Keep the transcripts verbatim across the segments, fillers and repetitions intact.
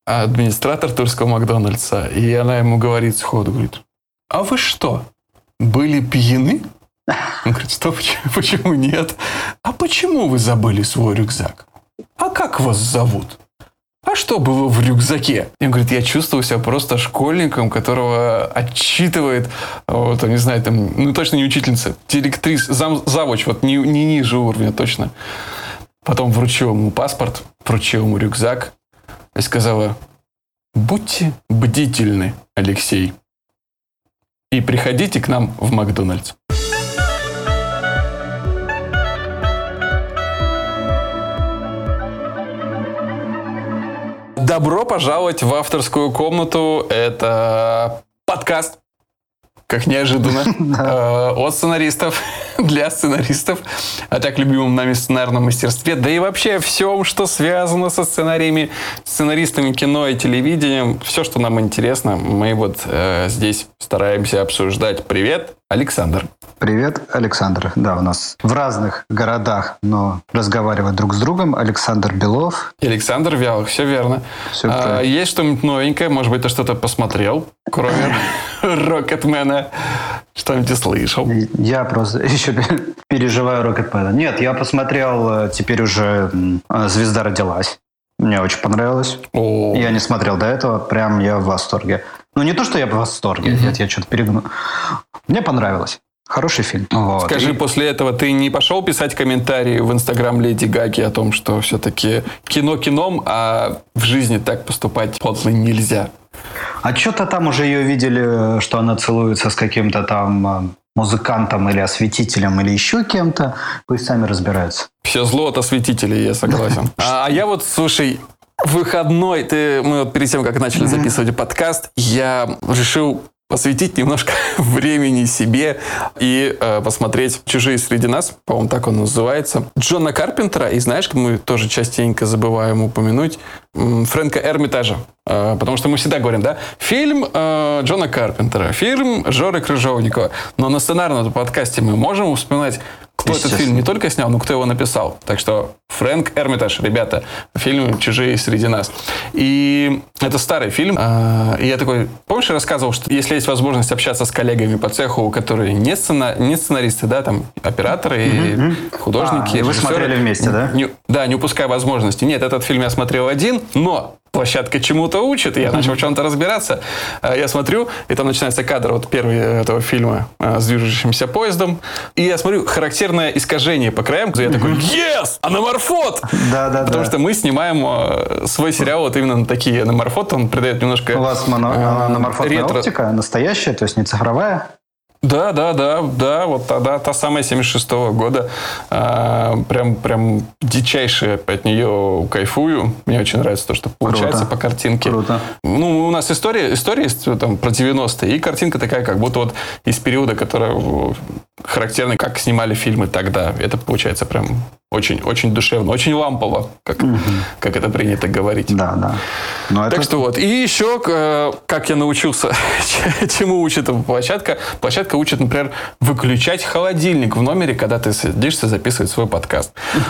администратор тульского Макдональдса, и она ему говорит сходу, говорит, а вы что, были пьяны? Он говорит, что, почему, почему нет? А почему вы забыли свой рюкзак? А как вас зовут? А что было в рюкзаке? И он говорит, я чувствую себя просто школьником, которого отчитывает, вот, не знаю, там, ну точно не учительница, директриса, зам, завуч, вот не, не ниже уровня точно. Потом вручил ему паспорт, вручил ему рюкзак и сказала, будьте бдительны, Алексей, и приходите к нам в Макдональдс. Добро пожаловать в авторскую комнату. Это подкаст, как неожиданно, от сценаристов для сценаристов, о так любимом нами сценарном мастерстве, да и вообще всем, что связано со сценариями, сценаристами кино и телевидением. Все, что нам интересно, мы вот э, здесь стараемся обсуждать. Привет, Александр. Привет, Александр. Да, у нас в разных городах, но разговаривают друг с другом. Александр Белов. И Александр Вялых, все верно. Все а, есть что-нибудь новенькое? Может быть, ты что-то посмотрел, кроме Рокетмена? Что-нибудь слышал? Я просто еще переживаю Рокетмена. Нет, я посмотрел, теперь уже «Звезда родилась». Мне очень понравилось. О. Я не смотрел до этого, прям я в восторге. Ну, не то, что я в восторге, mm-hmm. нет, я что-то перегнул. Мне понравилось. Хороший фильм. Вот. Скажи, и... после этого ты не пошел писать комментарии в Инстаграм Леди Гаги о том, что все-таки кино кином, а в жизни так поступать подло нельзя? А что-то там уже ее видели, что она целуется с каким-то там музыкантом или осветителем или еще кем-то. Пусть сами разбираются. Все зло от осветителей, я согласен. А я вот, слушай... Выходной, ты, мы вот перед тем, как начали записывать подкаст, я решил посвятить немножко времени себе и э, посмотреть «Чужие среди нас», по-моему, так он называется, Джона Карпентера, и знаешь, мы тоже частенько забываем упомянуть, Фрэнка Эрмитажа, э, потому что мы всегда говорим, да, фильм э, Джона Карпентера, фильм Жоры Крыжовникова, но на сценарном подкасте мы можем вспоминать, кто этот фильм не только снял, но кто его написал. Так что Фрэнк Эрмитаж, ребята, фильм «Чужие среди нас». И это старый фильм. И я такой, помнишь, я рассказывал, что если есть возможность общаться с коллегами по цеху, которые не, сцена, не сценаристы, да, там операторы, mm-hmm. художники, а, вы смотрели вместе, да? Не, да, не упуская возможности. Нет, этот фильм я смотрел один, но... Площадка чему-то учит, и я начал в чем-то разбираться. Я смотрю, и там начинается кадр вот первый этого фильма с движущимся поездом. И я смотрю, характерное искажение по краям. Я такой, yes! Аноморфот! Да, да, Потому да. что мы снимаем свой сериал вот именно на такие аноморфоты. Он придает немножко... У вас моно... аноморфотная ретро... оптика настоящая, то есть не цифровая? Да, да, да, да, вот тогда та самая семьдесят шестого года. А, прям, прям дичайше от нее кайфую. Мне очень нравится то, что получается Круто. По картинке. Круто. Ну, у нас история, история есть там, про девяностые, и картинка такая, как будто вот из периода, который характерный, как снимали фильмы тогда. Это получается прям очень, очень душевно, очень лампово, как, угу. как это принято говорить. Да, да. Но так это... что вот. И еще, как я научился, чему учит площадка. Площадка учит, например, выключать холодильник в номере, когда ты садишься записывать свой подкаст.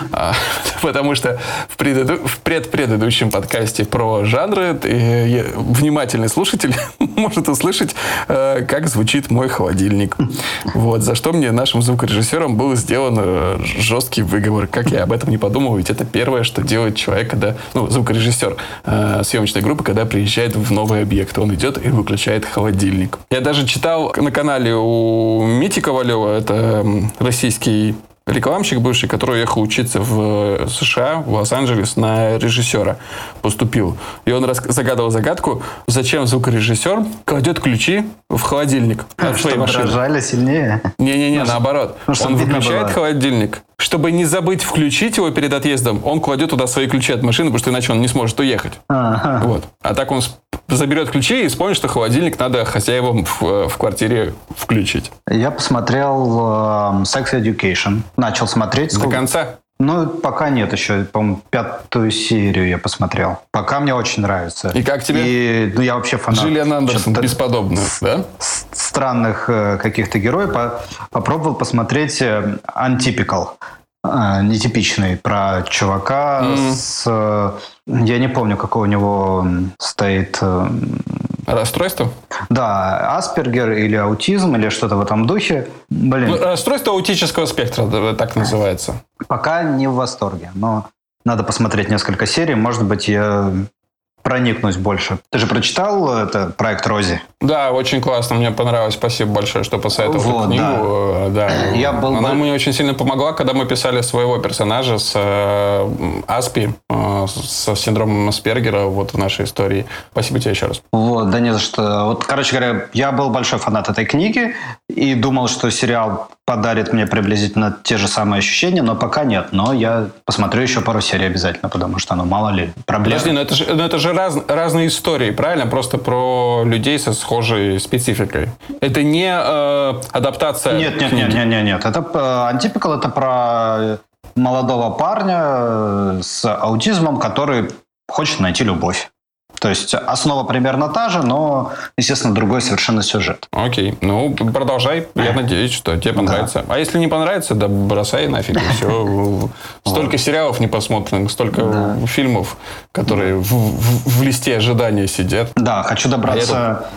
Потому что в предпредыдущем подкасте про жанры внимательный слушатель может услышать, как звучит мой холодильник. Вот. За что мне, нашим звукорежиссером, был сделан жесткий выговор. Как я об этом не подумал, ведь это первое, что делает человек, когда, ну, звукорежиссер э, съемочной группы, когда приезжает в новый объект. Он идет и выключает холодильник. Я даже читал на канале у Мити Ковалева, это российский рекламщик бывший, который уехал учиться в США, в Лос-Анджелес, на режиссера поступил. И он рас... загадывал загадку, зачем звукорежиссер кладет ключи в холодильник от своей машины. Чтобы дрожали сильнее? Не-не-не, ну, наоборот. Ну, он выключает холодильник. Чтобы не забыть включить его перед отъездом, он кладет туда свои ключи от машины, потому что иначе он не сможет уехать. А-ха. Вот. А так он заберет ключи и вспомнит, что холодильник надо хозяевам в, в квартире включить. Я посмотрел uh, Sex Education. Начал смотреть. До конца? Ну, пока нет еще. По-моему, пятую серию я посмотрел. Пока мне очень нравится. И как тебе? И, ну, я вообще фанат. Джиллиан Андерсон, бесподобная, да? Странных э, каких-то героев. По- попробовал посмотреть э, Untypical. э, нетипичный, про чувака mm. с... Э, я не помню, какой у него стоит... Э, расстройство? Да, Аспергер или аутизм, или что-то в этом духе. Блин. Ну, расстройство аутического спектра, так называется. Пока не в восторге, но надо посмотреть несколько серий. Может быть, я проникнусь больше. Ты же прочитал это проект Рози? Да, очень классно, мне понравилось. Спасибо большое, что посоветовал вот, книгу. Да. Да. Я был Она бы... мне очень сильно помогла, когда мы писали своего персонажа с э, Аспи, э, со синдромом Аспергера вот в нашей истории. Спасибо тебе еще раз. Вот, да не за что. Вот, короче говоря, я был большой фанат этой книги и думал, что сериал подарит мне приблизительно те же самые ощущения, но пока нет. Но я посмотрю еще пару серий обязательно, потому что, ну, мало ли, проблем. Подожди, но это же, но это же раз, разные истории, правильно? Просто про людей со схожей спецификой. Это не э, адаптация Нет, нет, книги. нет, нет, нет, нет. Это Untypical, это про молодого парня с аутизмом, который хочет найти любовь. То есть основа примерно та же, но, естественно, другой совершенно сюжет. Окей, ну продолжай. Я надеюсь, что тебе понравится. Да. А если не понравится, да бросай нафиг, и все. Столько сериалов непосмотренных, столько да. фильмов, которые в, в, в листе ожидания сидят. Да, хочу добраться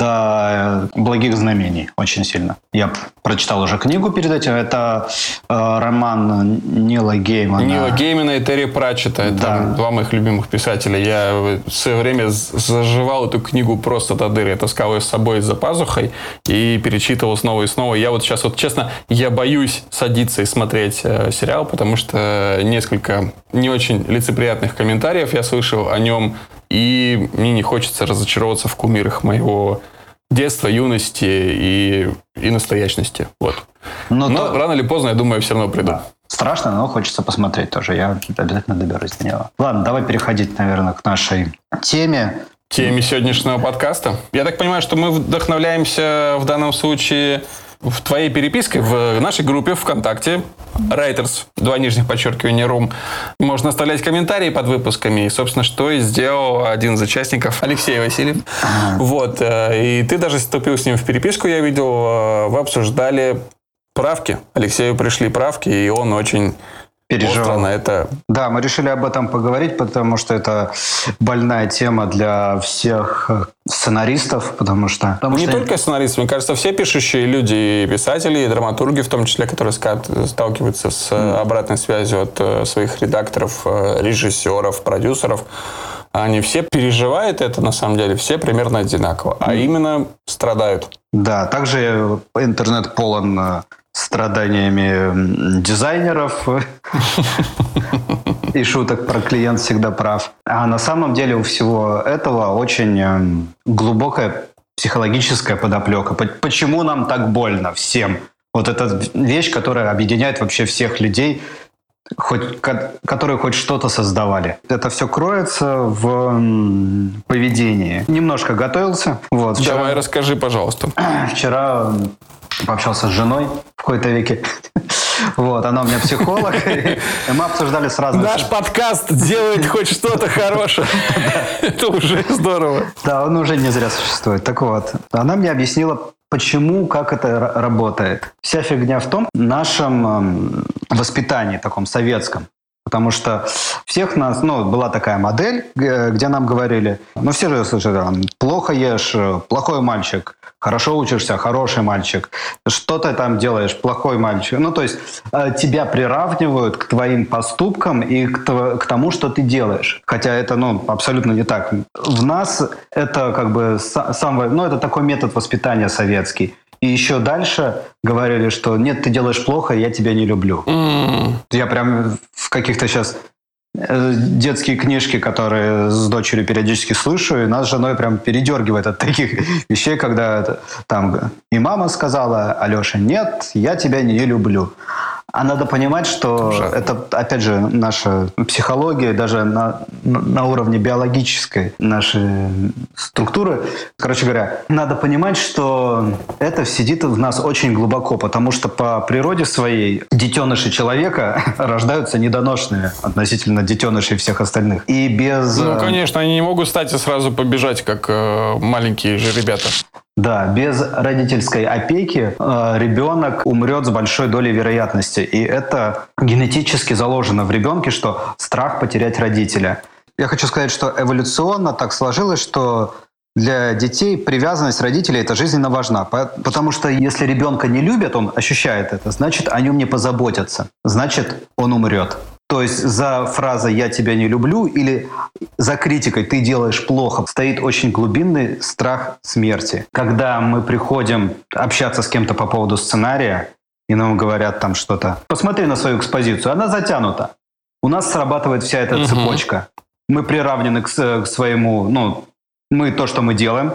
до «Благих знамений» очень сильно. Я прочитал уже книгу перед этим. Это э, роман Нила Геймана. Нила Геймана и Терри Пратчетта. Это да. два моих любимых писателя. Я в свое время заживал эту книгу просто до дыры. Я таскал ее с собой за пазухой и перечитывал снова и снова. Я вот сейчас, вот честно, я боюсь садиться и смотреть э, сериал, потому что несколько не очень лицеприятных комментариев я слышал о нем. И мне не хочется разочаровываться в кумирах моего детства, юности и, и настоящности. Вот. Но, но то... рано или поздно, я думаю, я все равно приду. Да. Страшно, но хочется посмотреть тоже. Я обязательно доберусь до него. Ладно, давай переходить, наверное, к нашей теме. Теме сегодняшнего подкаста. Я так понимаю, что мы вдохновляемся в данном случае в твоей переписке в нашей группе ВКонтакте Writers, два нижних подчеркивания рум. Можно оставлять комментарии под выпусками. И, собственно, что и сделал один из участников, Алексей Васильев. Вот. И ты даже вступил с ним в переписку, я видел. Вы обсуждали правки. Алексею пришли правки, и он очень... переживал на это. Да, мы решили об этом поговорить, потому что это больная тема для всех сценаристов, потому что... Потому не что... только сценаристов, мне кажется, все пишущие люди, и писатели, и драматурги, в том числе, которые сталкиваются с mm. обратной связью от своих редакторов, режиссеров, продюсеров, они все переживают это, на самом деле, все примерно одинаково, а mm. именно страдают. Да, также интернет полон страданиями дизайнеров и шуток про клиент всегда прав. А на самом деле у всего этого очень глубокая психологическая подоплека. Почему нам так больно всем? Вот эта вещь, которая объединяет вообще всех людей, хоть, которые хоть что-то создавали. Это все кроется в поведении. Немножко готовился. Вот, вчера... Давай, расскажи, пожалуйста. Вчера пообщался с женой в какой-то веке. Вот, она у меня психолог. И мы обсуждали с разными... Наш подкаст делает хоть что-то хорошее. Это уже здорово. Да, он уже не зря существует. Так вот, она мне объяснила, почему, как это работает. Вся фигня в том, в нашем воспитании, таком советском. Потому что всех нас, ну, была такая модель, где нам говорили, ну, все же слышали, там, плохо ешь, плохой мальчик, хорошо учишься, хороший мальчик, что ты там делаешь, плохой мальчик. Ну, то есть тебя приравнивают к твоим поступкам и к, к тому, что ты делаешь. Хотя это, ну, абсолютно не так. В нас это как бы сам, ну, это такой метод воспитания советский. И еще дальше говорили, что нет, ты делаешь плохо, я тебя не люблю. Mm. Я прям в каких-то сейчас детские книжки, которые с дочерью периодически слышу, и нас с женой прям передергивает от таких вещей, когда там и мама сказала: Алеша, нет, я тебя не люблю. А надо понимать, что Жаль. это, опять же, наша психология, даже на, на уровне биологической нашей структуры. Короче говоря, надо понимать, что это сидит в нас очень глубоко, потому что по природе своей детеныши человека рождаются недоношенными относительно детенышей всех остальных. И без... Ну, конечно, они не могут встать и сразу побежать, как э, маленькие же ребята. Да, без родительской опеки э, ребенок умрет с большой долей вероятности. И это генетически заложено в ребенке, что страх потерять родителя. Я хочу сказать, что эволюционно так сложилось, что для детей привязанность родителей – это жизненно важна. Потому что если ребенка не любят, он ощущает это, значит, о нем не позаботятся. Значит, он умрет. То есть за фразой «я тебя не люблю» или за критикой «ты делаешь плохо» стоит очень глубинный страх смерти. Когда мы приходим общаться с кем-то по поводу сценария, и нам говорят там что-то, посмотри на свою экспозицию, она затянута. У нас срабатывает вся эта угу. цепочка. Мы приравнены к, к своему, ну, мы то, что мы делаем,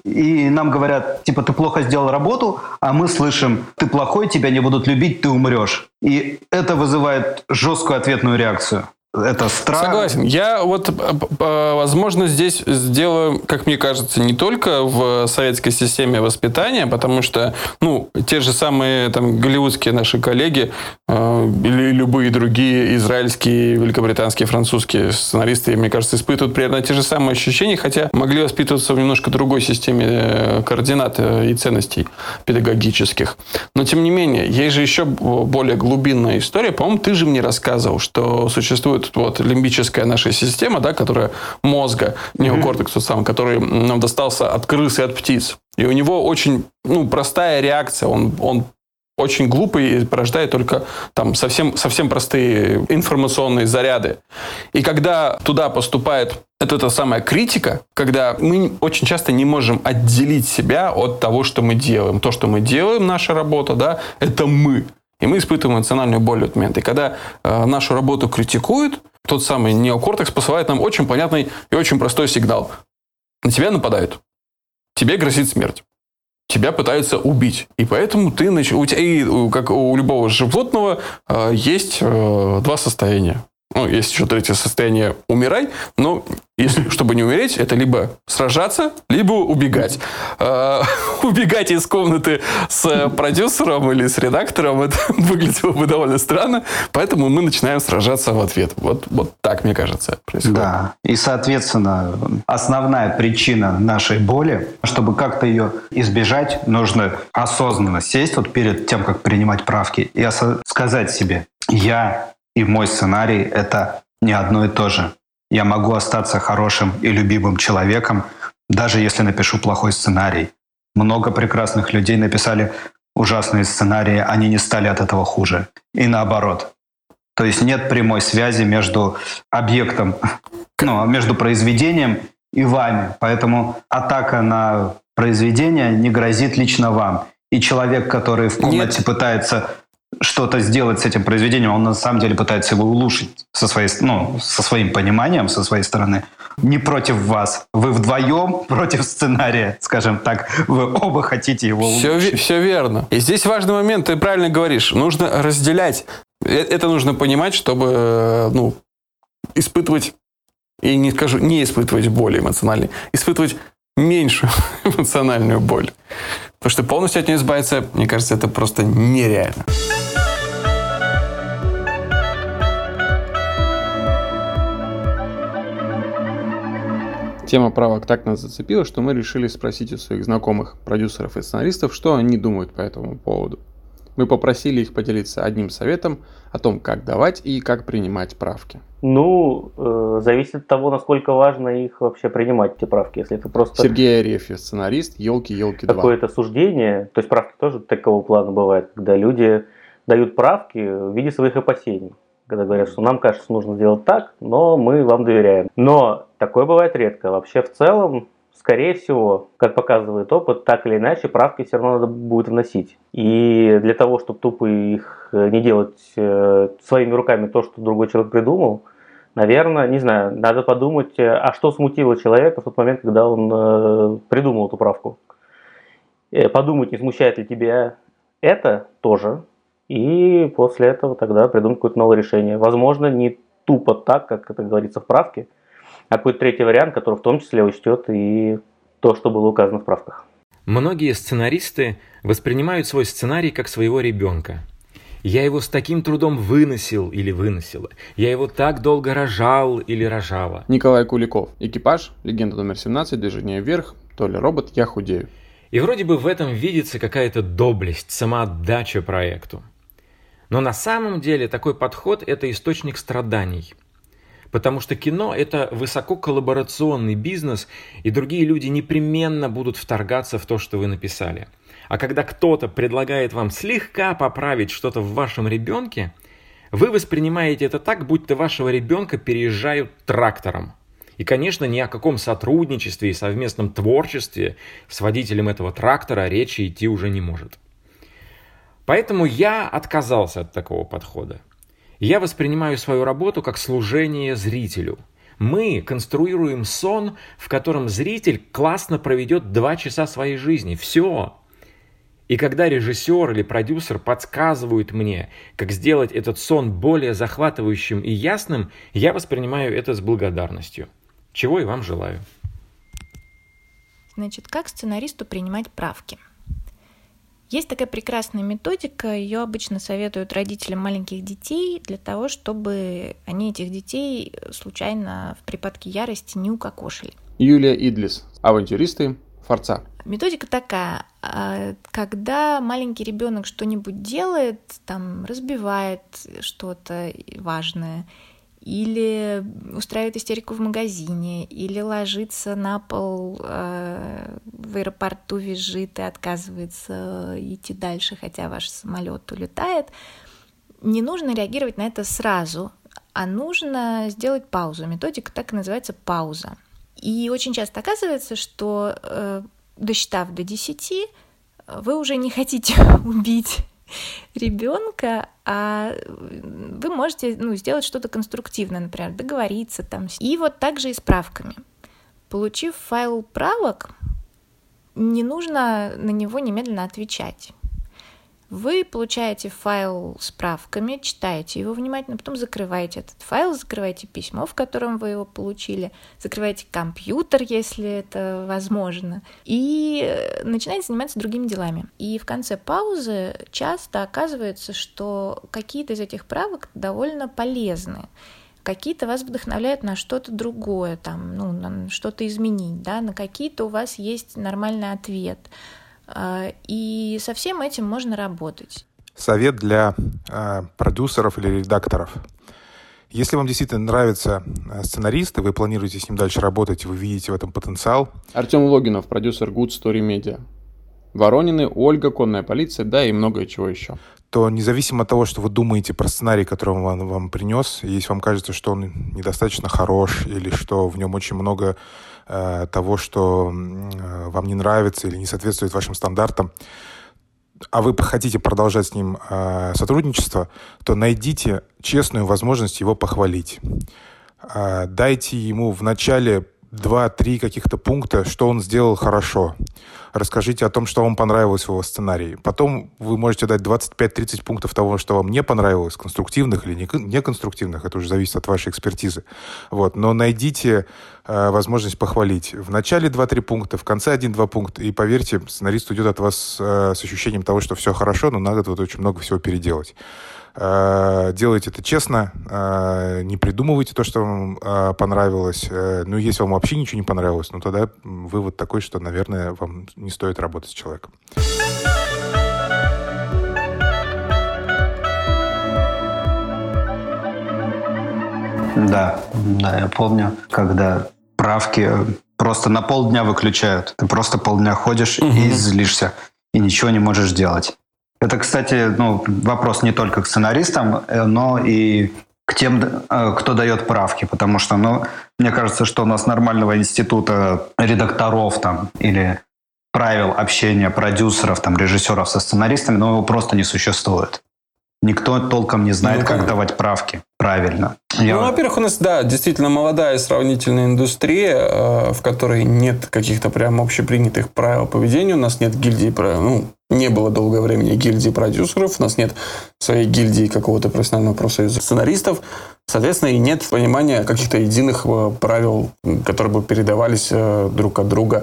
и нам говорят, типа, ты плохо сделал работу, а мы слышим, ты плохой, тебя не будут любить, ты умрешь. И это вызывает жесткую ответную реакцию. Это страх. Согласен. Я вот, возможно, здесь сделаю, как мне кажется, не только в советской системе воспитания, потому что, ну, те же самые там голливудские наши коллеги э, или любые другие израильские, великобританские, французские сценаристы, мне кажется, испытывают примерно те же самые ощущения, хотя могли воспитываться в немножко другой системе координат и ценностей педагогических. Но, тем не менее, есть же еще более глубинная история. По-моему, ты же мне рассказывал, что существует вот лимбическая наша система, да, которая мозга, неокортекс тот самый, который нам достался от крыс и от птиц. И у него очень, ну, простая реакция. Он, он очень глупый и порождает только там совсем, совсем простые информационные заряды. И когда туда поступает это, это самая критика, когда мы очень часто не можем отделить себя от того, что мы делаем. То, что мы делаем, наша работа, да, это мы. И мы испытываем эмоциональную боль в этот момент. И когда э, нашу работу критикуют, тот самый неокортекс посылает нам очень понятный и очень простой сигнал. На тебя нападают. Тебе грозит смерть. Тебя пытаются убить. И поэтому ты, нач... у тебя, и, как у любого животного, э, есть э, два состояния. Ну, есть еще третье состояние – умирай. Но если, чтобы не умереть, это либо сражаться, либо убегать. Э, убегать из комнаты с продюсером или с редактором – это выглядело бы довольно странно. Поэтому мы начинаем сражаться в ответ. Вот, вот так, мне кажется, происходит. Да. И, соответственно, основная причина нашей боли, чтобы как-то ее избежать, нужно осознанно сесть вот перед тем, как принимать правки, и осо- сказать себе «я и мой сценарий — это не одно и то же. Я могу остаться хорошим и любимым человеком, даже если напишу плохой сценарий. Много прекрасных людей написали ужасные сценарии, они не стали от этого хуже. И наоборот. То есть нет прямой связи между объектом, ну, между произведением и вами. Поэтому атака на произведение не грозит лично вам. И человек, который в комнате нет. пытается что-то сделать с этим произведением, он на самом деле пытается его улучшить со, своей, ну, со своим пониманием, со своей стороны. Не против вас. Вы вдвоем против сценария, скажем так. Вы оба хотите его улучшить. Все, все верно. И здесь важный момент, ты правильно говоришь. Нужно разделять. Это нужно понимать, чтобы, ну, испытывать, и не скажу, не испытывать боль эмоциональной, испытывать меньшую эмоциональную боль. Потому что полностью от нее избавиться, мне кажется, это просто нереально. Тема правок так нас зацепила, что мы решили спросить у своих знакомых продюсеров и сценаристов, что они думают по этому поводу. Мы попросили их поделиться одним советом о том, как давать и как принимать правки. Ну, э, зависит от того, насколько важно их вообще принимать, эти правки. Если это просто... Сергей Арефьев, сценарист «Елки-елки два». Какое-то суждение, то есть правки тоже такого плана бывают, когда люди дают правки в виде своих опасений. Когда говорят, что нам кажется, нужно сделать так, но мы вам доверяем. Но такое бывает редко. Вообще в целом, скорее всего, как показывает опыт, так или иначе правки все равно надо будет вносить. И для того, чтобы тупо их не делать э, своими руками то, что другой человек придумал, наверное, не знаю, надо подумать, а что смутило человека в тот момент, когда он э, придумал эту правку. Э, подумать, не смущает ли тебя это тоже. И после этого тогда придумать какое-то новое решение. Возможно, не тупо так, как это говорится в правке, а какой-то третий вариант, который в том числе учтет и то, что было указано в правках. Многие сценаристы воспринимают свой сценарий как своего ребенка. Я его с таким трудом выносил или выносила. Я его так долго рожал или рожала. Николай Куликов. Экипаж. Легенда номер семнадцать. Движение вверх. То ли робот. Я худею. И вроде бы в этом видится какая-то доблесть, самоотдача проекту. Но на самом деле такой подход – это источник страданий. Потому что кино – это высококоллаборационный бизнес, и другие люди непременно будут вторгаться в то, что вы написали. А когда кто-то предлагает вам слегка поправить что-то в вашем ребенке, вы воспринимаете это так, будто вашего ребенка переезжают трактором. И, конечно, ни о каком сотрудничестве и совместном творчестве с водителем этого трактора речи идти уже не может. Поэтому я отказался от такого подхода. Я воспринимаю свою работу как служение зрителю. Мы конструируем сон, в котором зритель классно проведет два часа своей жизни. Все. И когда режиссер или продюсер подсказывают мне, как сделать этот сон более захватывающим и ясным, я воспринимаю это с благодарностью. Чего и вам желаю. Значит, как сценаристу принимать правки? Есть такая прекрасная методика, ее обычно советуют родителям маленьких детей для того, чтобы они этих детей случайно в припадке ярости не укокошили. Юлия Идлис. Авантюристы. Форца. Методика такая, когда маленький ребенок что-нибудь делает, там разбивает что-то важное, или устраивает истерику в магазине, или ложится на пол э, в аэропорту, визжит и отказывается идти дальше, хотя ваш самолет улетает, не нужно реагировать на это сразу, а нужно сделать паузу. Методика так и называется пауза. И очень часто оказывается, что э, досчитав до десяти, вы уже не хотите убить ребенка, а вы можете ну, сделать что-то конструктивное, например, договориться там. И вот так же и с правками. Получив файл правок, не нужно на него немедленно отвечать. Вы получаете файл с правками, читаете его внимательно, потом закрываете этот файл, закрываете письмо, в котором вы его получили, закрываете компьютер, если это возможно, и начинаете заниматься другими делами. И в конце паузы часто оказывается, что какие-то из этих правок довольно полезны. Какие-то вас вдохновляют на что-то другое, там, ну, на что-то изменить, да? На какие-то у вас есть нормальный ответ. И со всем этим можно работать. Совет для э, продюсеров или редакторов. Если вам действительно нравится сценарист, и вы планируете с ним дальше работать, и вы видите в этом потенциал. Артем Логинов, продюсер Good Story Media. Воронины, Ольга, Конная полиция, да и многое чего еще. То независимо от того, что вы думаете про сценарий, который он вам, вам принес, если вам кажется, что он недостаточно хорош, или что в нем очень много э, того, что э, вам не нравится или не соответствует вашим стандартам, а вы хотите продолжать с ним э, сотрудничество, то найдите честную возможность его похвалить. Э, дайте ему в начале два-три каких-то пункта, что он сделал хорошо. Расскажите о том, что вам понравилось в его сценарии. Потом вы можете дать двадцать пять-тридцать пунктов того, что вам не понравилось, конструктивных или неконструктивных, это уже зависит от вашей экспертизы. Вот. Но найдите э, возможность похвалить. В начале два-три пункта, в конце один-два пункта, и поверьте, сценарист уйдет от вас э, с ощущением того, что все хорошо, но надо тут очень много всего переделать. Делайте это честно, не придумывайте то, что вам понравилось. Ну, если вам вообще ничего не понравилось, ну, тогда вывод такой, что, наверное, вам не стоит работать с человеком. Да, да, я помню, когда правки просто на полдня выключают. Ты просто полдня ходишь угу. и злишься, и ничего не можешь делать. Это, кстати, ну, вопрос не только к сценаристам, но и к тем, кто дает правки. Потому что, ну, мне кажется, что у нас нормального института редакторов там, или правил общения продюсеров, там, режиссеров со сценаристами, ну, его просто не существует. Никто толком не знает, ну, как давать правки правильно. Я... Ну, во-первых, у нас, да, действительно молодая сравнительная индустрия, в которой нет каких-то прям общепринятых правил поведения. У нас нет гильдии, ну, не было долгое время гильдии продюсеров, у нас нет своей гильдии какого-то профессионального профсоюза сценаристов. Соответственно, и нет понимания каких-то единых правил, которые бы передавались друг от друга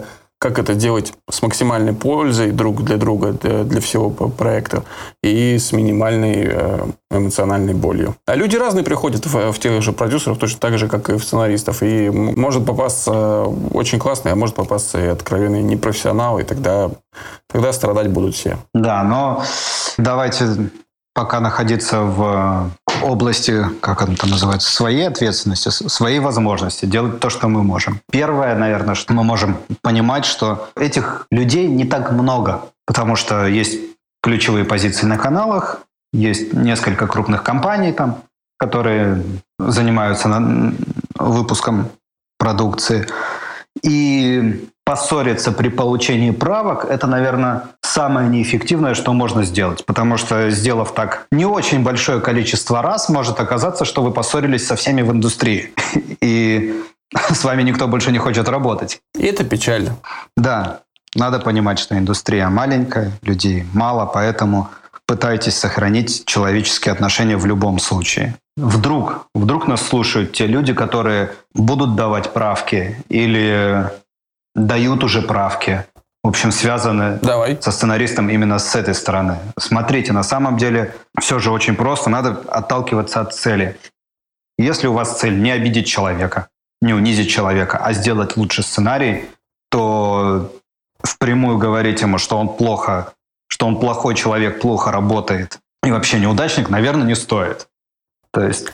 как это делать с максимальной пользой друг для друга, для, для всего проекта, и с минимальной э, эмоциональной болью. А люди разные приходят в, в тех же продюсеров, точно так же, как и в сценаристов. И может попасться очень классный, а может попасться и откровенный непрофессионал, и тогда, тогда страдать будут все. Да, но давайте пока находиться в области, как это там называется, своей ответственности, своей возможности, делать то, что мы можем. Первое, наверное, что мы можем понимать, что этих людей не так много, потому что есть ключевые позиции на каналах, есть несколько крупных компаний там, которые занимаются выпуском продукции. И поссориться при получении правок – это, наверное, самое неэффективное, что можно сделать. Потому что, сделав так не очень большое количество раз, может оказаться, что вы поссорились со всеми в индустрии. И с вами никто больше не хочет работать. И это печально. Да, надо понимать, что индустрия маленькая, людей мало, поэтому пытайтесь сохранить человеческие отношения в любом случае. Вдруг, вдруг нас слушают те люди, которые будут давать правки или дают уже правки. В общем, связаны Давай. со сценаристом именно с этой стороны. Смотрите, на самом деле все же очень просто. Надо отталкиваться от цели. Если у вас цель не обидеть человека, не унизить человека, а сделать лучший сценарий, то впрямую говорить ему, что он плохо, что он плохой человек, плохо работает и вообще неудачник, наверное, не стоит. То есть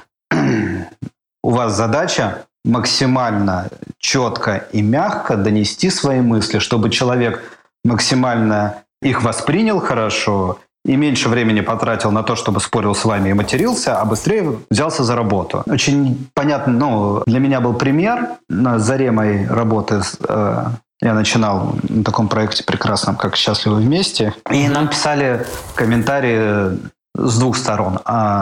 у вас задача максимально четко и мягко донести свои мысли, чтобы человек максимально их воспринял хорошо и меньше времени потратил на то, чтобы спорил с вами и матерился, а быстрее взялся за работу. Очень понятно, ну, для меня был пример на заре моей работы. Э, я начинал на таком проекте прекрасном, как «Счастливы вместе». И нам писали комментарии с двух сторон.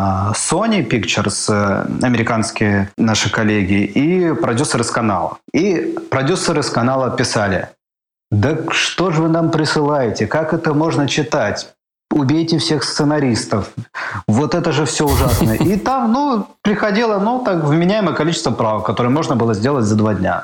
Sony Pictures, американские наши коллеги, и продюсеры с канала. И продюсеры с канала писали: «Да что же вы нам присылаете? Как это можно читать? Убейте всех сценаристов. Вот это же все ужасно». И там, ну, приходило, ну, так, вменяемое количество правок, которые можно было сделать за два дня.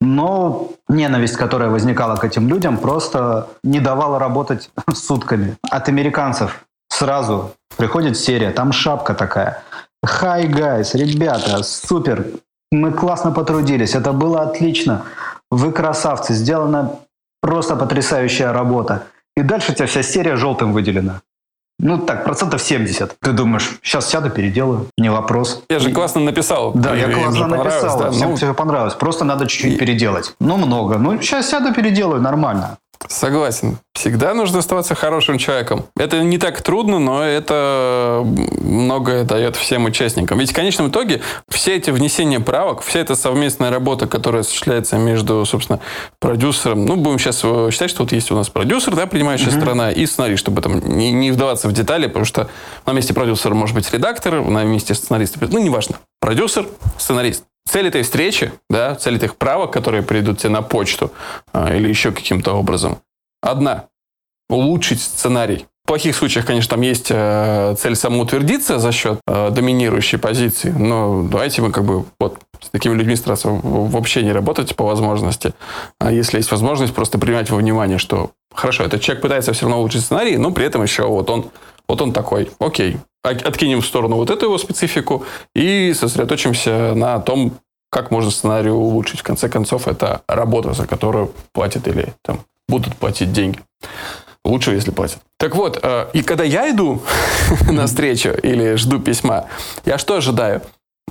Но ненависть, которая возникала к этим людям, просто не давала работать сутками. От американцев сразу приходит серия, там шапка такая: «Hi, guys, ребята, супер, мы классно потрудились, это было отлично, вы красавцы, сделана просто потрясающая работа». И дальше у тебя вся серия желтым выделена. Ну так, процентов семьдесят. Ты думаешь, сейчас сяду, переделаю, не вопрос. Я же классно написал. Да, я классно написал, да? всем ну... тебе понравилось. Просто надо чуть-чуть и... переделать. Ну, много. Ну, сейчас сяду, переделаю, нормально. Согласен. Всегда нужно оставаться хорошим человеком. Это не так трудно, но это многое дает всем участникам. Ведь в конечном итоге все эти внесения правок, вся эта совместная работа, которая осуществляется между, собственно, продюсером, ну, будем сейчас считать, что вот есть у нас продюсер, да, принимающая mm-hmm. сторона, и сценарист, чтобы там не, не вдаваться в детали, потому что на месте продюсера может быть редактор, на месте сценариста, ну, неважно. Продюсер, сценарист. Цель этой встречи, да, цель этих правок, которые придут тебе на почту а, или еще каким-то образом, одна – улучшить сценарий. В плохих случаях, конечно, там есть э, цель самоутвердиться за счет э, доминирующей позиции, но давайте мы как бы вот с такими людьми стараться вообще не работать по возможности. А если есть возможность, просто принимать во внимание, что хорошо, этот человек пытается все равно улучшить сценарий, но при этом еще вот он, вот он такой, окей. Откинем в сторону вот эту его специфику и сосредоточимся на том, как можно сценарий улучшить. В конце концов, это работа, за которую платят или там, будут платить деньги. Лучше, если платят. Так вот, и когда я иду на встречу или жду письма, я что ожидаю?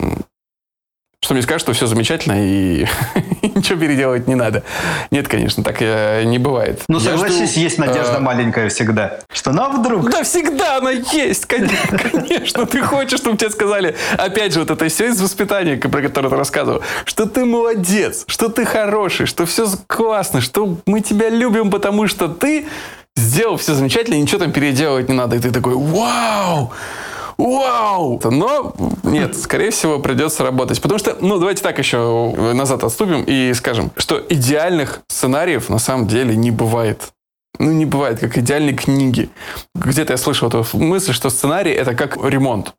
Что мне скажут, что все замечательно и ничего переделывать не надо. Нет, конечно, так не бывает. Ну, согласись, есть надежда а... маленькая всегда. Что, ну, а вдруг? Да, всегда она есть, конечно. Ты хочешь, чтобы тебе сказали, опять же, вот это все из воспитания, про которое ты рассказывал, что ты молодец, что ты хороший, что все классно, что мы тебя любим, потому что ты сделал все замечательно, и ничего там переделывать не надо. И ты такой, вау! Вау! Но нет, скорее всего, придется работать. Потому что, ну, давайте так еще назад отступим и скажем, что идеальных сценариев на самом деле не бывает. Ну, не бывает, как идеальной книги. Где-то я слышал эту мысль, что сценарий – это как ремонт.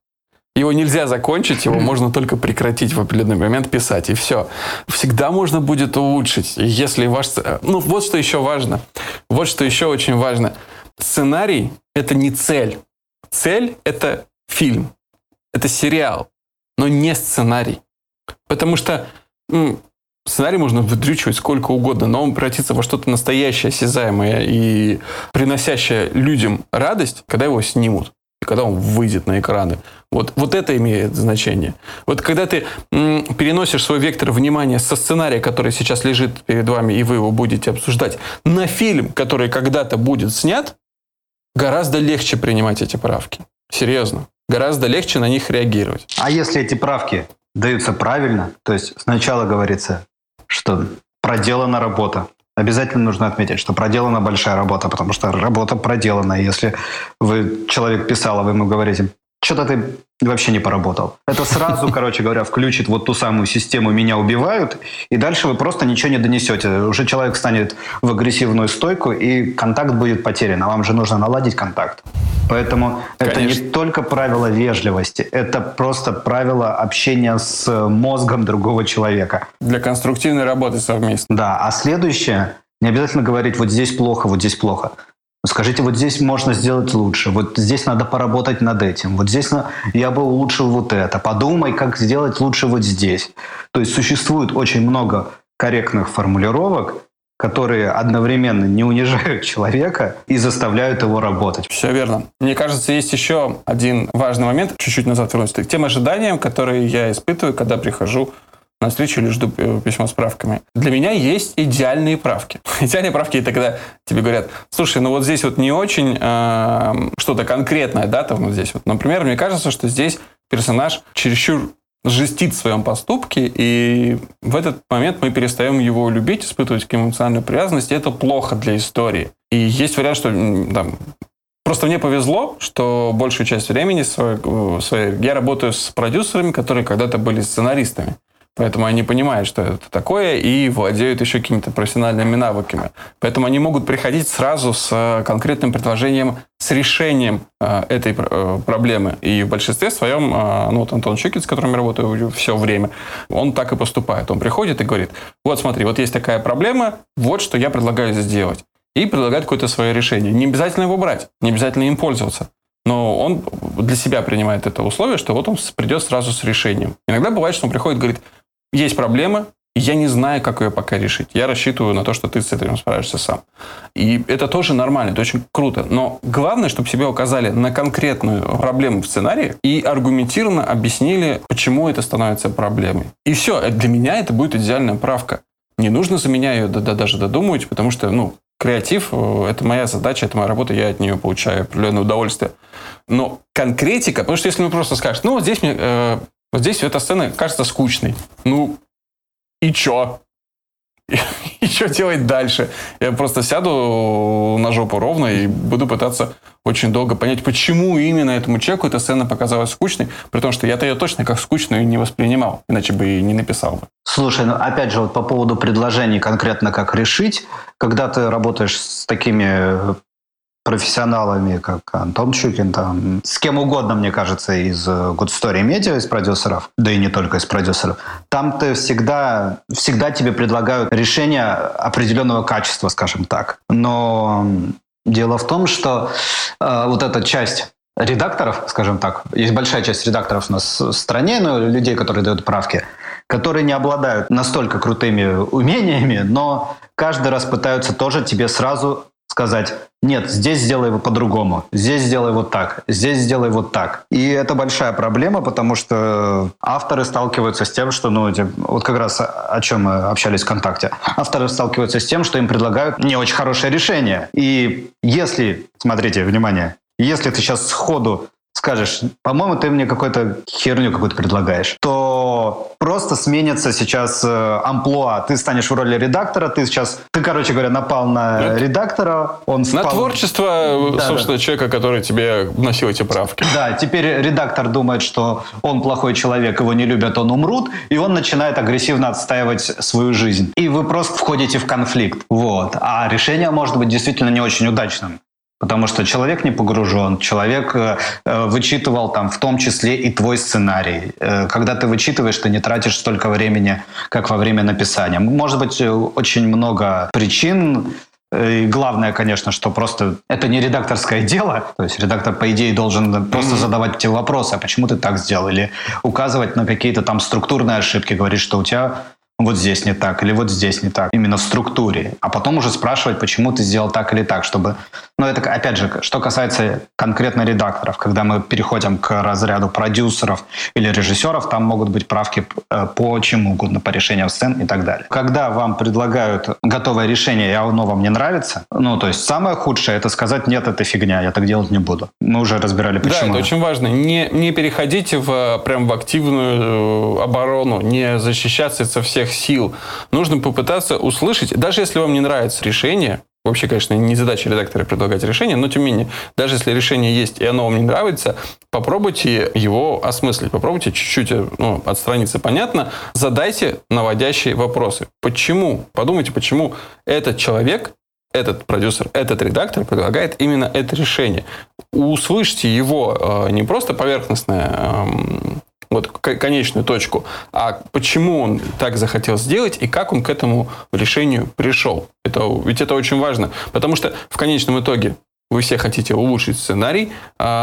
Его нельзя закончить, его можно только прекратить в определенный момент писать, и все. Всегда можно будет улучшить. Если ваш... Ну, вот что еще важно. Вот что еще очень важно. Сценарий – это не цель. Цель – это фильм, это сериал, но не сценарий. Потому что м, сценарий можно выдрючивать сколько угодно, но он превратится во что-то настоящее, осязаемое и приносящее людям радость, когда его снимут. Когда он выйдет на экраны. Вот, вот это имеет значение. Вот когда ты м, переносишь свой вектор внимания со сценария, который сейчас лежит перед вами, и вы его будете обсуждать, на фильм, который когда-то будет снят, гораздо легче принимать эти правки. Серьезно. Гораздо легче на них реагировать. А если эти правки даются правильно, то есть сначала говорится, что проделана работа, обязательно нужно отметить, что проделана большая работа, потому что работа проделана. Если вы, человек писал, а вы ему говорите, что-то ты вообще не поработал. Это сразу, короче говоря, включит вот ту самую систему «меня убивают», и дальше вы просто ничего не донесете. Уже человек станет в агрессивную стойку, и контакт будет потерян. А вам же нужно наладить контакт. Поэтому Конечно. Это не только правило вежливости, это просто правило общения с мозгом другого человека. Для конструктивной работы совместно. Да, а следующее, не обязательно говорить «вот здесь плохо, вот здесь плохо». Скажите, вот здесь можно сделать лучше, вот здесь надо поработать над этим, вот здесь я бы улучшил вот это, подумай, как сделать лучше вот здесь. То есть существует очень много корректных формулировок, которые одновременно не унижают человека и заставляют его работать. Все верно. Мне кажется, есть еще один важный момент, чуть-чуть назад вернусь, к тем ожиданиям, которые я испытываю, когда прихожу на встречу или жду письмо с правками. Для меня есть идеальные правки. Идеальные правки — это когда тебе говорят, слушай, ну вот здесь вот не очень э, что-то конкретное, да, там вот здесь вот. Например, мне кажется, что здесь персонаж чересчур жестит в своем поступке, и в этот момент мы перестаем его любить, испытывать к нему эмоциональную привязанность, и это плохо для истории. И есть вариант, что там, просто мне повезло, что большую часть времени своей, своей, я работаю с продюсерами, которые когда-то были сценаристами. Поэтому они понимают, что это такое, и владеют еще какими-то профессиональными навыками. Поэтому они могут приходить сразу с конкретным предложением, с решением э, этой э, проблемы. И в большинстве своем, э, ну вот Антон Щукин, с которым я работаю все время, он так и поступает. Он приходит и говорит, вот смотри, вот есть такая проблема, вот что я предлагаю сделать. И предлагает какое-то свое решение. Не обязательно его брать, не обязательно им пользоваться. Но он для себя принимает это условие, что вот он придет сразу с решением. Иногда бывает, что он приходит и говорит, есть проблема, и я не знаю, как ее пока решить. Я рассчитываю на то, что ты с этим справишься сам. И это тоже нормально, это очень круто. Но главное, чтобы тебе указали на конкретную проблему в сценарии и аргументированно объяснили, почему это становится проблемой. И все, для меня это будет идеальная правка. Не нужно за меня ее даже додумывать, потому что, ну, креатив – это моя задача, это моя работа, я от нее получаю определенное удовольствие. Но конкретика, потому что если мне просто скажешь, ну, вот здесь мне... Э, Вот здесь эта сцена кажется скучной. Ну, и чё? И, и что делать дальше? Я просто сяду на жопу ровно и буду пытаться очень долго понять, почему именно этому человеку эта сцена показалась скучной, при том, что я-то ее точно как скучную не воспринимал, иначе бы и не написал бы. Слушай, ну опять же, вот по поводу предложений конкретно как решить, когда ты работаешь с такими профессионалами, как Антон Щукин, там, с кем угодно, мне кажется, из Good Story Media, из продюсеров, да и не только из продюсеров, там ты всегда, всегда тебе предлагают решение определенного качества, скажем так. Но дело в том, что э, вот эта часть редакторов, скажем так, есть большая часть редакторов у нас в стране, но людей, которые дают правки, которые не обладают настолько крутыми умениями, но каждый раз пытаются тоже тебе сразу сказать, нет, здесь сделай его по-другому, здесь сделай вот так, здесь сделай вот так. И это большая проблема, потому что авторы сталкиваются с тем, что, ну, вот как раз о чем мы общались ВКонтакте, авторы сталкиваются с тем, что им предлагают не очень хорошее решение. И если, смотрите, внимание, если ты сейчас сходу скажешь, по-моему, ты мне какую-то херню какую-то предлагаешь, то просто сменится сейчас амплуа. Ты станешь в роли редактора, ты сейчас, ты, короче говоря, напал на это редактора. Он впал... На творчество, да, собственно, да. человека, который тебе вносил эти правки. Да, теперь редактор думает, что он плохой человек, его не любят, он умрут, и он начинает агрессивно отстаивать свою жизнь. И вы просто входите в конфликт. Вот. А решение может быть действительно не очень удачным. Потому что человек не погружен, человек э, вычитывал там в том числе и твой сценарий. Э, когда ты вычитываешь, ты не тратишь столько времени, как во время написания. Может быть, очень много причин. И главное, конечно, что просто это не редакторское дело. То есть редактор, по идее, должен просто задавать те вопросы, а почему ты так сделал? Или указывать на какие-то там структурные ошибки, говорить, что у тебя вот здесь не так, или вот здесь не так, именно в структуре. А потом уже спрашивать, почему ты сделал так или так, чтобы... Но это, опять же, что касается конкретно редакторов, когда мы переходим к разряду продюсеров или режиссеров, там могут быть правки по чему угодно, по решениям сцен и так далее. Когда вам предлагают готовое решение, и оно вам не нравится, ну, то есть самое худшее — это сказать: нет, это фигня, я так делать не буду. Мы уже разбирали, почему. Да, это очень важно. Не, не переходите в, прям в активную оборону, не защищаться со всех сил. Нужно попытаться услышать, даже если вам не нравится решение, вообще, конечно, не задача редактора предлагать решение, но тем не менее, даже если решение есть и оно вам не нравится, попробуйте его осмыслить, попробуйте чуть-чуть ну, отстраниться. Понятно? Задайте наводящие вопросы. Почему? Подумайте, почему этот человек, этот продюсер, этот редактор предлагает именно это решение. Услышьте его не просто поверхностное, вот конечную точку, а почему он так захотел сделать и как он к этому решению пришел. Это, ведь это очень важно, потому что в конечном итоге вы все хотите улучшить сценарий,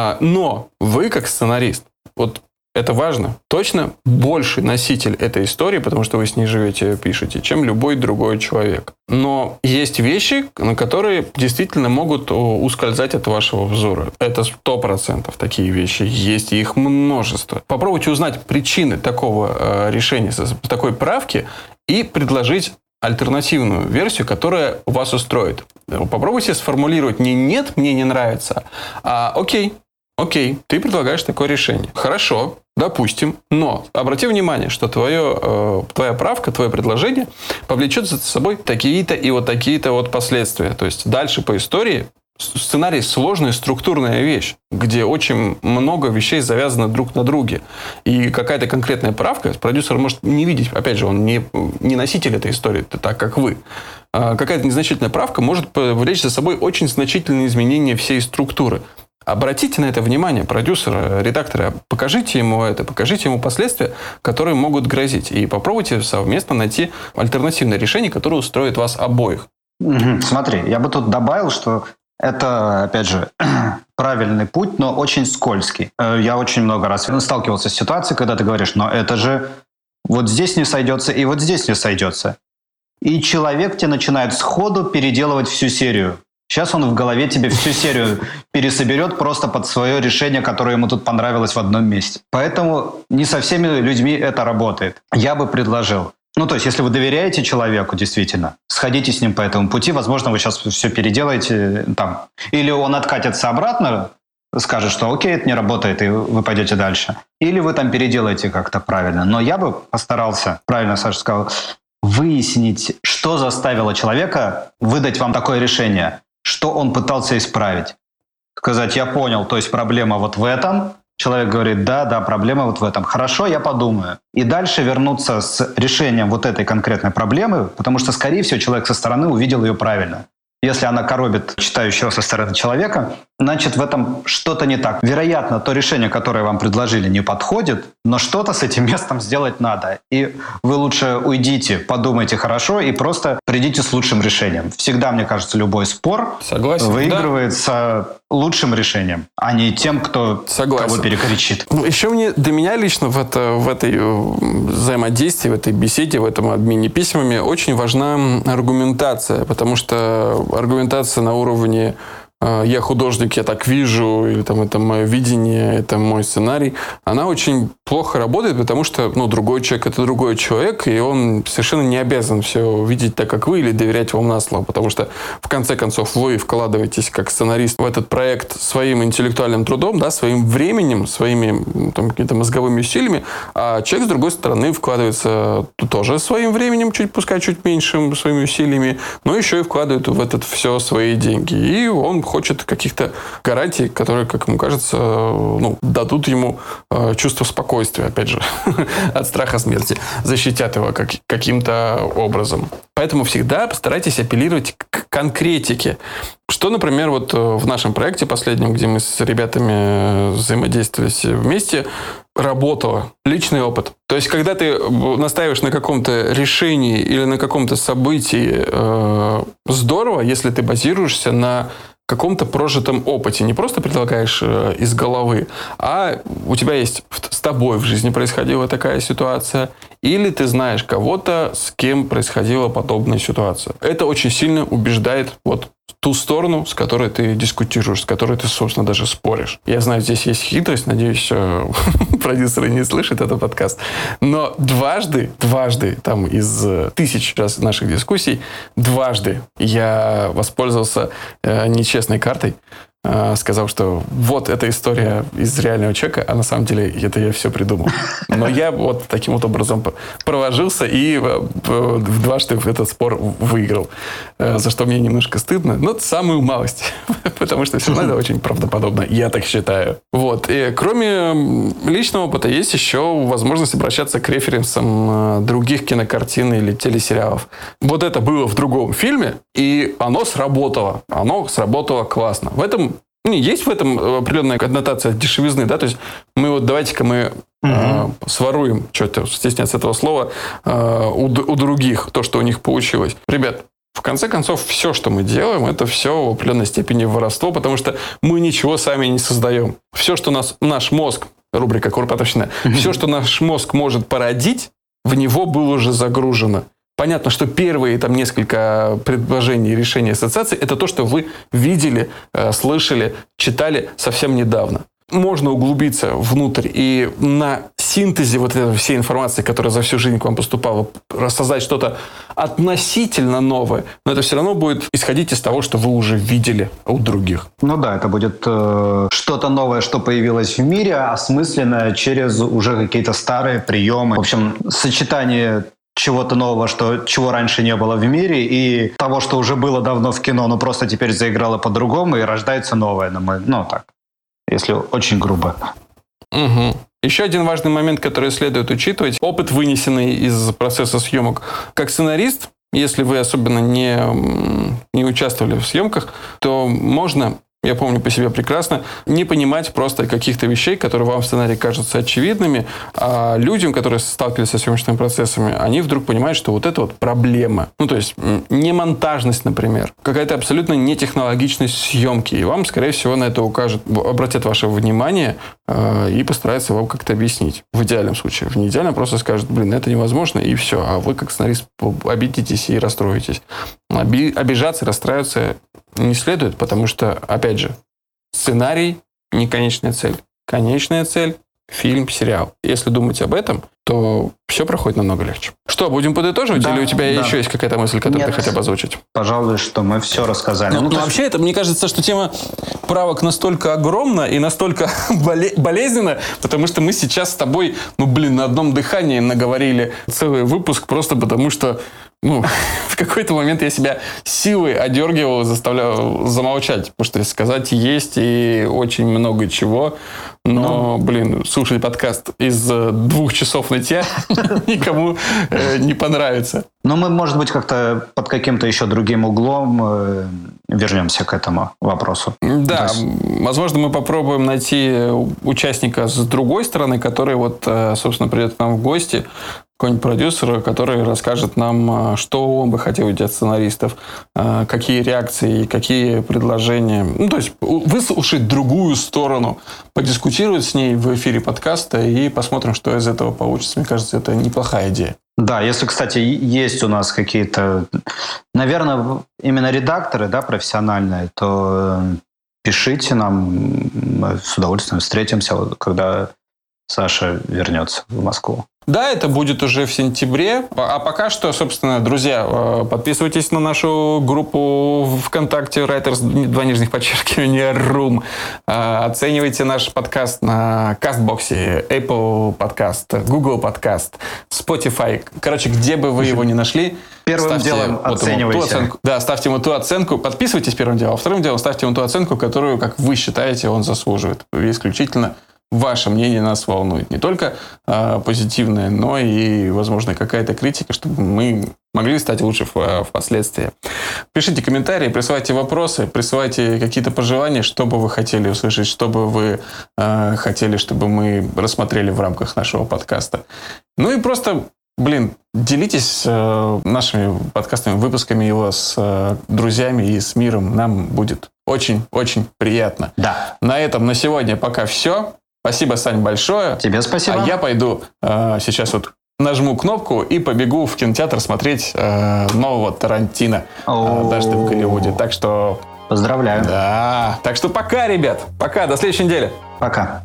но вы как сценарист, вот это важно, точно больший носитель этой истории, потому что вы с ней живете, пишете, чем любой другой человек. Но есть вещи, на которые действительно могут ускользать от вашего взора. Это сто процентов такие вещи. Есть их множество. Попробуйте узнать причины такого решения, такой правки и предложить альтернативную версию, которая вас устроит. Попробуйте сформулировать не «нет, мне не нравится», а «окей». Окей, ты предлагаешь такое решение. Хорошо, допустим, но обрати внимание, что твое, э, твоя правка, твое предложение повлечет за собой такие-то и вот такие-то вот последствия. То есть дальше по истории сценарий — сложная структурная вещь, где очень много вещей завязано друг на друге. И какая-то конкретная правка продюсер может не видеть. Опять же, он не, не носитель этой истории, так как вы. А какая-то незначительная правка может повлечь за собой очень значительные изменения всей структуры. Обратите на это внимание, продюсера, редактора, покажите ему это, покажите ему последствия, которые могут грозить. И попробуйте совместно найти альтернативное решение, которое устроит вас обоих. Угу. Смотри, я бы тут добавил, что это, опять же, правильный путь, но очень скользкий. Я очень много раз сталкивался с ситуацией, когда ты говоришь: но это же вот здесь не сойдется и вот здесь не сойдется. И человек тебе начинает сходу переделывать всю серию. Сейчас он в голове тебе всю серию пересоберет просто под свое решение, которое ему тут понравилось в одном месте. Поэтому не со всеми людьми это работает. Я бы предложил. Ну, то есть, если вы доверяете человеку, действительно, сходите с ним по этому пути. Возможно, вы сейчас все переделаете там. Или он откатится обратно, скажет, что окей, это не работает, и вы пойдете дальше. Или вы там переделаете как-то правильно. Но я бы постарался, правильно Саша сказал, выяснить, что заставило человека выдать вам такое решение. Что он пытался исправить. Сказать: я понял, то есть проблема вот в этом. Человек говорит: да, да, проблема вот в этом. Хорошо, я подумаю. И дальше вернуться с решением вот этой конкретной проблемы, потому что, скорее всего, человек со стороны увидел ее правильно. Если она коробит читающего со стороны человека, значит, в этом что-то не так. Вероятно, то решение, которое вам предложили, не подходит, но что-то с этим местом сделать надо. И вы лучше уйдите, подумайте хорошо и просто придите с лучшим решением. Всегда, мне кажется, любой спор Согласен, выигрывается да. лучшим решением, а не тем, кто Согласен. Кого перекричит. Еще мне, для меня лично в, это, в этой взаимодействии, в этой беседе, в этом обмене письмами очень важна аргументация, потому что аргументация на уровне «я художник, я так вижу», или там «это мое видение, это мой сценарий», она очень плохо работает, потому что ну, другой человек — это другой человек, и он совершенно не обязан все видеть так, как вы, или доверять вам на слово, потому что, в конце концов, вы вкладываетесь как сценарист в этот проект своим интеллектуальным трудом, да, своим временем, своими там, какими-то мозговыми усилиями, а человек, с другой стороны, вкладывается тоже своим временем, чуть, пускай чуть меньшим своими усилиями, но еще и вкладывает в это все свои деньги. И он хочет каких-то гарантий, которые, как ему кажется, ну, дадут ему э, чувство спокойствия, опять же, от страха смерти, защитят его как, каким-то образом. Поэтому всегда постарайтесь апеллировать к конкретики. Что, например, вот в нашем проекте последнем, где мы с ребятами взаимодействовали вместе, работало. Личный опыт. То есть, когда ты настаиваешь на каком-то решении или на каком-то событии, э, здорово, если ты базируешься на каком-то прожитом опыте. Не просто предлагаешь э, из головы, а у тебя есть с тобой в жизни происходила такая ситуация, или ты знаешь кого-то, с кем происходила подобная ситуация. Это очень сильно убеждает вот ту сторону, с которой ты дискутируешь, с которой ты, собственно, даже споришь. Я знаю, здесь есть хитрость, надеюсь, продюсеры не слышат этот подкаст, но дважды, дважды, там, из тысяч раз наших дискуссий, дважды я воспользовался э, нечестной картой, э, сказал, что вот эта история из реального человека, а на самом деле это я все придумал. Но я вот таким вот образом провожился и э, дважды в этот спор выиграл, э, за что мне немножко стыдно, но это самую малость, потому что все равно это очень правдоподобно, я так считаю. Вот. И кроме личного опыта есть еще возможность обращаться к референсам других кинокартин или телесериалов. Вот это было в другом фильме, и оно сработало. Оно сработало классно. В этом есть в этом определенная коннотация дешевизны, да, то есть мы вот давайте-ка мы угу. э, своруем, что-то стесняться этого слова, э, у, у других то, что у них получилось. Ребят, в конце концов, все, что мы делаем, это все в определенной степени воровство, потому что мы ничего сами не создаем. Все, что нас, наш мозг, рубрика «Курпатовщина», все, что наш мозг может породить, в него было уже загружено. Понятно, что первые там несколько предложений, решений, ассоциаций – это то, что вы видели, слышали, читали совсем недавно. Можно углубиться внутрь и на синтезе вот этой всей информации, которая за всю жизнь к вам поступала, создать что-то относительно новое, но это все равно будет исходить из того, что вы уже видели у других. Ну да, это будет э, что-то новое, что появилось в мире, осмысленное через уже какие-то старые приемы. В общем, сочетание чего-то нового, что, чего раньше не было в мире, и того, что уже было давно в кино, но просто теперь заиграло по-другому, и рождается новое. Ну так, если очень грубо. Угу. Еще один важный момент, который следует учитывать. Опыт, вынесенный из процесса съемок. Как сценарист, если вы особенно не, не участвовали в съемках, то можно, я помню по себе прекрасно, не понимать просто каких-то вещей, которые вам в сценарии кажутся очевидными, а людям, которые сталкивались со съемочными процессами, они вдруг понимают, что вот это вот проблема. Ну, то есть не монтажность, например, какая-то абсолютно нетехнологичность съемки. И вам, скорее всего, на это укажут, обратят ваше внимание э, и постараются вам как-то объяснить. В идеальном случае. В неидеальном просто скажут, блин, это невозможно, и все. А вы, как сценарист, обидитесь и расстроитесь. Оби- обижаться, расстраиваться не следует, потому что, опять же, сценарий не конечная цель. Конечная цель – фильм, сериал. Если думать об этом, то все проходит намного легче. Что, будем подытоживать? Да, или у тебя да. еще есть какая-то мысль, которую Нет. ты хотел бы озвучить? Пожалуй, что мы все рассказали. Ну, ну, ну вообще, это, мне кажется, что тема правок настолько огромна и настолько болезненна, потому что мы сейчас с тобой, ну, блин, на одном дыхании наговорили целый выпуск просто потому, что ну, в какой-то момент я себя силой одергивал, заставлял замолчать, потому что сказать есть и очень много чего, но, блин, слушать подкаст из двух часов нытья никому не понравится. Ну, мы, может быть, как-то под каким-то еще другим углом вернемся к этому вопросу. Да, возможно, мы попробуем найти участника с другой стороны, который вот, собственно, придет к нам в гости, какой-нибудь продюсер, который расскажет нам, что он бы хотел видеть от сценаристов, какие реакции, какие предложения. Ну, то есть выслушать другую сторону, подискутировать с ней в эфире подкаста и посмотрим, что из этого получится. Мне кажется, это неплохая идея. Да, если, кстати, есть у нас какие-то, наверное, именно редакторы, да, профессиональные, то пишите нам, мы с удовольствием встретимся, когда Саша вернется в Москву. Да, это будет уже в сентябре. А пока что, собственно, друзья, подписывайтесь на нашу группу ВКонтакте Writers, два нижних подчеркивания, Room. Оценивайте наш подкаст на Кастбоксе, Apple Podcast, Google Podcast, Spotify. Короче, где бы вы его ни нашли, первым ставьте делом вот оценивайте. Ту оценку. Да, ставьте ему ту оценку. Подписывайтесь первым делом. А вторым делом ставьте ему ту оценку, которую, как вы считаете, он заслуживает. Исключительно ваше мнение нас волнует. Не только э, позитивное, но и, возможно, какая-то критика, чтобы мы могли стать лучше впоследствии. Пишите комментарии, присылайте вопросы, присылайте какие-то пожелания, что бы вы хотели услышать, что бы вы э, хотели, чтобы мы рассмотрели в рамках нашего подкаста. Ну и просто, блин, делитесь э, нашими подкастными выпусками его с э, друзьями и с миром. Нам будет очень-очень приятно. Да. На этом на сегодня пока все. Спасибо, Сань, большое. Тебе спасибо. А я пойду э, сейчас вот нажму кнопку и побегу в кинотеатр смотреть э, нового Тарантино э, «Однажды в Голливуде». Так что... Поздравляю. Да. Так что пока, ребят. Пока. До следующей недели. Пока.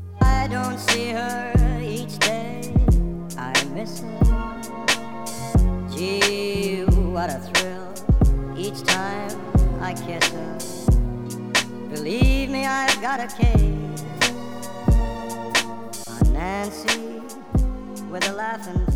Nancy with a laughing